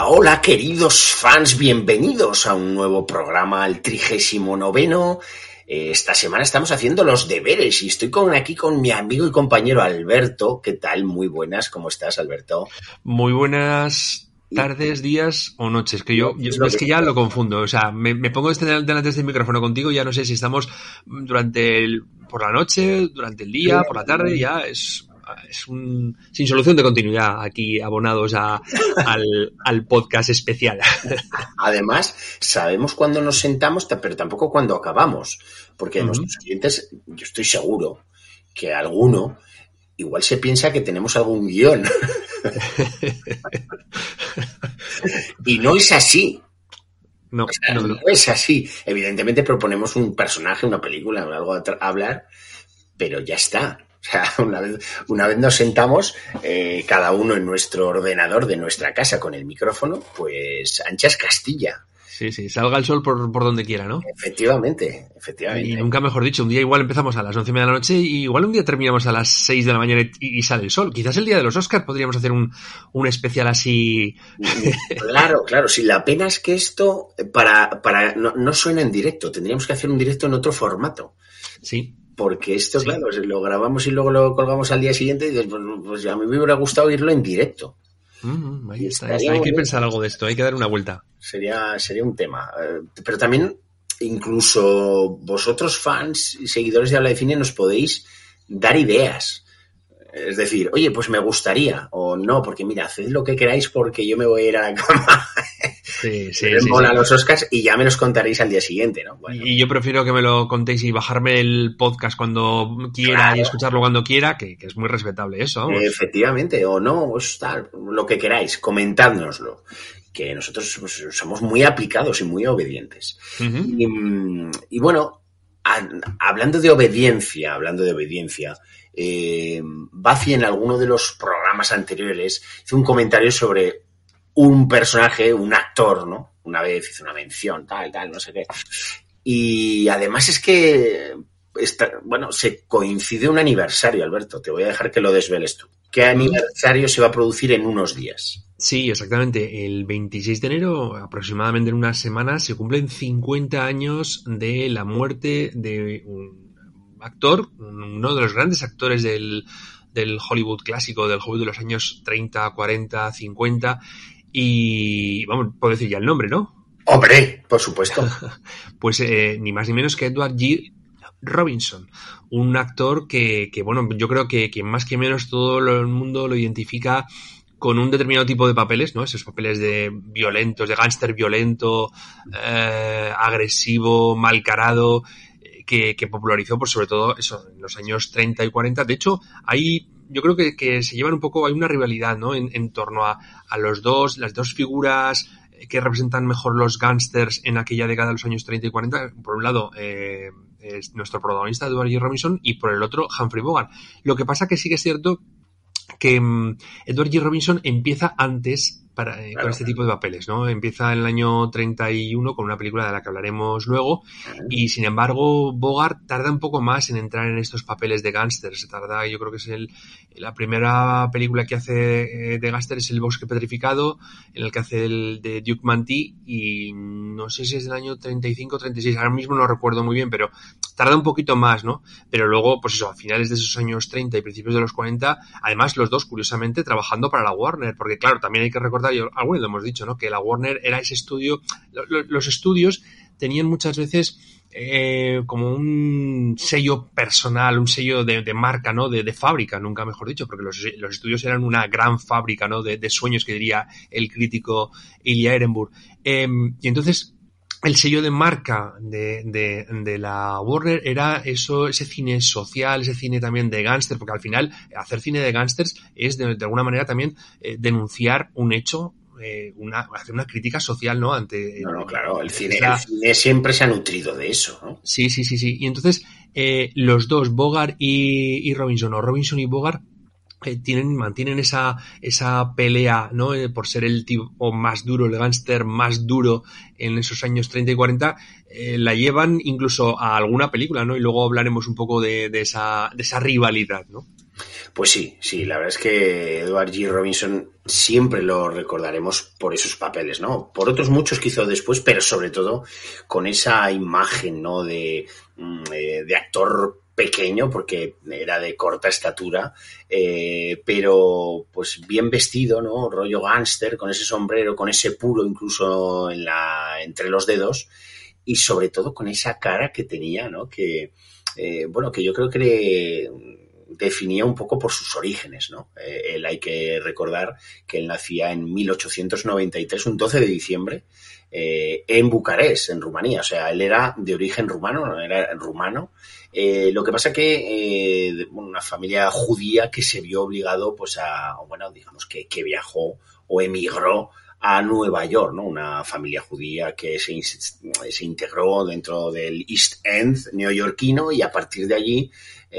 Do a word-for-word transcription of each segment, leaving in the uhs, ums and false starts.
Hola, hola, queridos fans, bienvenidos a un nuevo programa, al trigésimo noveno. Eh, esta semana estamos haciendo los deberes y estoy con aquí con mi amigo y compañero Alberto. ¿Qué tal? Muy buenas, ¿cómo estás, Alberto? Muy buenas tardes, días o noches, que yo, yo es que ya lo confundo, o sea, me, me pongo este delante de este micrófono contigo, ya no sé si estamos durante el, por la noche, durante el día, por la tarde, ya es... Es un sin solución de continuidad aquí abonados a, al, al podcast especial. Además, sabemos cuándo nos sentamos, pero tampoco cuándo acabamos, porque uh-huh. nuestros clientes, yo estoy seguro que alguno igual se piensa que tenemos algún guión. Y no es así. No, o sea, no, no. no es así. Evidentemente proponemos un personaje, una película, algo a, tra- a hablar, pero ya está. O sea, una vez, una vez nos sentamos, eh, cada uno en nuestro ordenador de nuestra casa con el micrófono, pues anchas Castilla. Sí, sí, salga el sol por, por donde quiera, ¿no? Efectivamente, efectivamente. Y nunca mejor dicho, un día igual empezamos a las once y media de la noche y igual un día terminamos a las seis de la mañana y, y sale el sol. Quizás el día de los Oscars podríamos hacer un, un especial así. Claro, claro. Si la pena es que esto para, para no, no suena en directo, tendríamos que hacer un directo en otro formato. Sí. Porque esto, sí. claro, lo grabamos y luego lo colgamos al día siguiente y dices, pues, pues a mí me hubiera gustado oírlo en directo. Mm, ahí está, ahí está. Hay que pensar algo de esto, hay que dar una vuelta. Sería, sería un tema. Pero también, incluso vosotros, fans y seguidores de Habla de Cine, nos podéis dar ideas. Es decir, oye, pues me gustaría, o no, porque mira, haced lo que queráis porque yo me voy a ir a la cama. Sí, sí, me sí, mola sí. los Oscars y ya me los contaréis al día siguiente, ¿no? Bueno. Y yo prefiero que me lo contéis y bajarme el podcast cuando quiera claro. y escucharlo cuando quiera, que, que es muy respetable eso, vamos. Efectivamente, o no, pues tal, lo que queráis, comentádnoslo. Que nosotros pues, somos muy aplicados y muy obedientes. Uh-huh. Y, y bueno, a, hablando de obediencia, hablando de obediencia, eh, Buffy en alguno de los programas anteriores hizo un comentario sobre un personaje, un actor, ¿no? Una vez hizo una mención, tal, tal, no sé qué. Y además es que, está, bueno, se coincide un aniversario, Alberto, te voy a dejar que lo desveles tú. ¿Qué aniversario se va a producir en unos días? Sí, exactamente. El veintiséis de enero, aproximadamente en unas semanas, se cumplen cincuenta años de la muerte de un actor, uno de los grandes actores del, del Hollywood clásico, del Hollywood de los años treinta, cuarenta, cincuenta, y vamos, puedo decir ya el nombre, ¿no? ¡Hombre! Por supuesto. Pues eh, ni más ni menos que Edward G. Robinson, un actor que, que bueno, yo creo que, que más que menos todo el mundo lo identifica con un determinado tipo de papeles, ¿no? Esos papeles de violentos, de gángster violento, eh, agresivo, malcarado, eh, que, que popularizó, pues sobre todo eso, en los años treinta y cuarenta. De hecho, hay, yo creo que, que se llevan un poco, hay una rivalidad, ¿no? En, en torno a, a los dos, las dos figuras que representan mejor los gángsters en aquella década de los años treinta y cuarenta. Por un lado, eh, es nuestro protagonista, Edward G. Robinson, y por el otro, Humphrey Bogart. Lo que pasa que sí que es cierto que um, Edward G. Robinson empieza antes para, eh, claro. con este tipo de papeles, ¿no? Empieza en el año treinta y uno con una película de la que hablaremos luego, y sin embargo Bogart tarda un poco más en entrar en estos papeles de gángster. Se tarda, yo creo que es el, la primera película que hace eh, de gángster es El Bosque Petrificado, en el que hace el de Duke Mantee, y no sé si es del año treinta y cinco o treinta y seis, ahora mismo no recuerdo muy bien, pero tarda un poquito más, ¿no? Pero luego, pues eso, a finales de esos años treinta y principios de los cuarenta, además los dos, curiosamente, trabajando para la Warner, porque claro, también hay que recordar, y algunos lo hemos dicho, ¿no? Que la Warner era ese estudio, lo, lo, los estudios tenían muchas veces eh, como un sello personal, un sello de, de marca, ¿no? De, de fábrica, nunca mejor dicho, porque los, los estudios eran una gran fábrica, ¿no? De, de sueños, que diría el crítico Ilya Ehrenburg. Eh, y entonces, el sello de marca de, de, de la Warner era eso, ese cine social, ese cine también de gángster, porque al final hacer cine de gángsters es de, de alguna manera también eh, denunciar un hecho, eh, una, hacer una crítica social, ¿no? Ante no, no, claro, el cine, la... el cine siempre se ha nutrido de eso, ¿no? Sí, sí, sí, sí. Y entonces eh, los dos, Bogart y, y Robinson, o Robinson y Bogart, eh, tienen, mantienen esa, esa pelea, ¿no? Eh, por ser el tipo más duro, el gángster más duro en esos años treinta y cuarenta, eh, la llevan incluso a alguna película, ¿no? Y luego hablaremos un poco de, de esa, de esa rivalidad, ¿no? Pues sí, sí, la verdad es que Edward G. Robinson siempre lo recordaremos por esos papeles, ¿no? Por otros muchos que hizo después, pero sobre todo con esa imagen, ¿no? De, de actor pequeño, porque era de corta estatura, eh, pero pues bien vestido, ¿no? Rollo gángster, con ese sombrero, con ese puro incluso en la, entre los dedos, y sobre todo con esa cara que tenía, ¿no? Que, eh, bueno, que yo creo que le definía un poco por sus orígenes, ¿no? Eh, él hay que recordar que él nacía en mil ochocientos noventa y tres, un doce de diciembre, eh, en Bucarest, en Rumanía. O sea, él era de origen rumano, no era rumano. Eh, lo que pasa que eh, una familia judía que se vio obligado, pues a, bueno, digamos que, que viajó o emigró a Nueva York, ¿no? Una familia judía que se, se integró dentro del East End neoyorquino, y a partir de allí,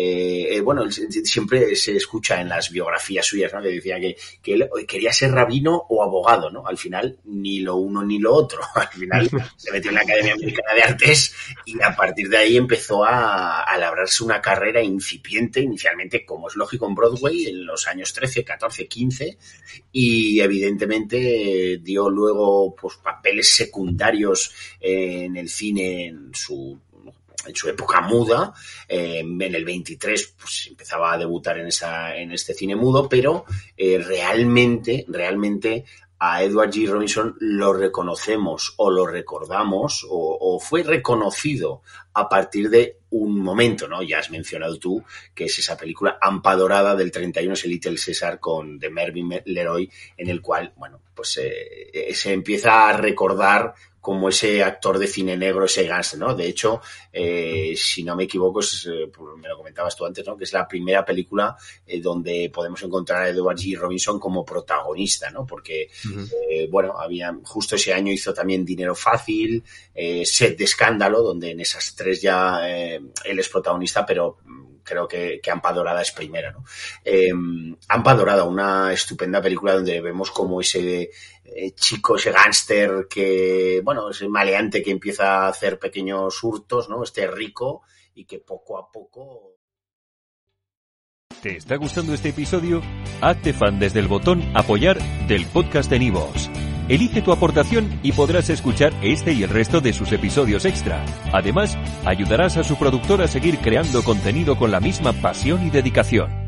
eh, bueno, siempre se escucha en las biografías suyas, ¿no? Que decía que, que él quería ser rabino o abogado, ¿no? Al final, ni lo uno ni lo otro. Al final se metió en la Academia Americana de Artes y a partir de ahí empezó a, a labrarse una carrera incipiente, inicialmente, como es lógico, en Broadway, en los años trece, catorce, quince, y evidentemente dio luego pues papeles secundarios en el cine en su en su época muda. Eh, en el veintitrés pues empezaba a debutar en esa en este cine mudo, pero eh, realmente realmente a Edward G. Robinson lo reconocemos o lo recordamos o, o fue reconocido a partir de un momento, ¿no? Ya has mencionado tú que es esa película Hampa Dorada del treinta y uno, ese Little Caesar con de Mervyn LeRoy, en el cual, bueno, pues eh, se empieza a recordar como ese actor de cine negro, ese gángster, ¿no? De hecho, eh, si no me equivoco, es, eh, me lo comentabas tú antes, ¿no? Que es la primera película eh, donde podemos encontrar a Edward G. Robinson como protagonista, ¿no? Porque, uh-huh. eh, bueno, había, justo ese año hizo también Dinero Fácil, eh, Set de Escándalo, donde en esas tres ya eh, él es protagonista, pero creo que, que Hampa Dorada es primera, ¿no? Eh, Hampa Dorada, una estupenda película donde vemos como ese eh, chico, ese gángster que, bueno, ese maleante que empieza a hacer pequeños hurtos, ¿no? Este rico y que poco a poco... ¿Te está gustando este episodio? Hazte fan desde el botón Apoyar del podcast de Nivos. Elige tu aportación y podrás escuchar este y el resto de sus episodios extra. Además, ayudarás a su productor a seguir creando contenido con la misma pasión y dedicación.